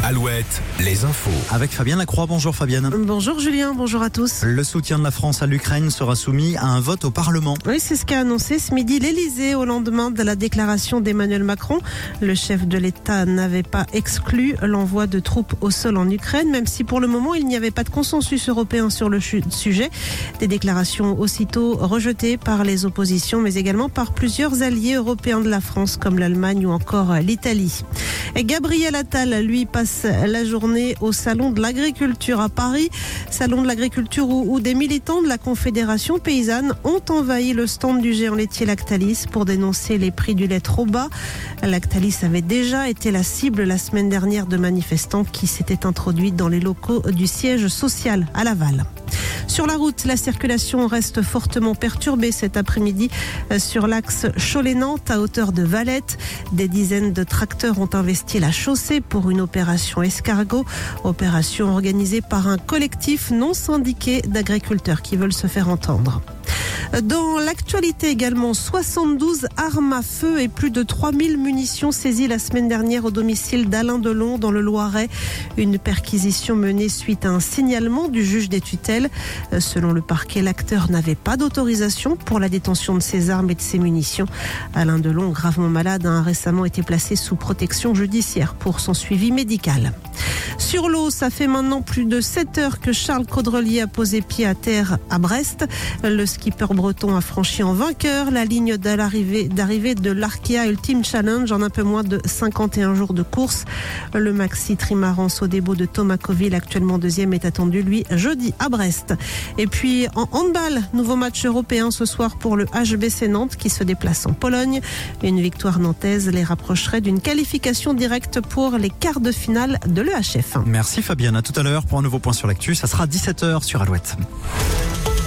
Alouette, les infos. Avec Fabienne Lacroix. Bonjour Fabienne. Bonjour Julien, bonjour à tous. Le soutien de la France à l'Ukraine sera soumis à un vote au Parlement. Oui, c'est ce qu'a annoncé ce midi l'Elysée au lendemain de la déclaration d'Emmanuel Macron. Le chef de l'État n'avait pas exclu l'envoi de troupes au sol en Ukraine, même si pour le moment il n'y avait pas de consensus européen sur le sujet. Des déclarations aussitôt rejetées par les oppositions, mais également par plusieurs alliés européens de la France, comme l'Allemagne ou encore l'Italie. Et Gabriel Attal, lui, passe la journée au Salon de l'Agriculture à Paris. Salon de l'Agriculture où des militants de la Confédération paysanne ont envahi le stand du géant laitier Lactalis pour dénoncer les prix du lait trop bas. Lactalis avait déjà été la cible la semaine dernière de manifestants qui s'étaient introduits dans les locaux du siège social à Laval. Sur la route, la circulation reste fortement perturbée cet après-midi sur l'axe Cholet-Nantes à hauteur de Valette. Des dizaines de tracteurs ont investi la chaussée pour une opération escargot, opération organisée par un collectif non syndiqué d'agriculteurs qui veulent se faire entendre. Dans l'actualité également, 72 armes à feu et plus de 3000 munitions saisies la semaine dernière au domicile d'Alain Delon dans le Loiret. Une perquisition menée suite à un signalement du juge des tutelles. Selon le parquet, l'acteur n'avait pas d'autorisation pour la détention de ses armes et de ses munitions. Alain Delon, gravement malade, a récemment été placé sous protection judiciaire pour son suivi médical. Sur l'eau, ça fait maintenant plus de 7 heures que Charles Caudrelier a posé pied à terre à Brest. Le skipper breton a franchi en vainqueur la ligne d'arrivée de l'Arkea Ultimate Challenge en un peu moins de 51 jours de course. Le maxi trimaran Sodebo de Thomas Coville, actuellement deuxième, est attendu, lui, jeudi à Brest. Et puis en handball, nouveau match européen ce soir pour le HBC Nantes qui se déplace en Pologne. Une victoire nantaise les rapprocherait d'une qualification directe pour les quarts de finale de l'EHF. Merci Fabienne, à tout à l'heure pour un nouveau point sur l'actu. Ça sera 17h sur Alouette.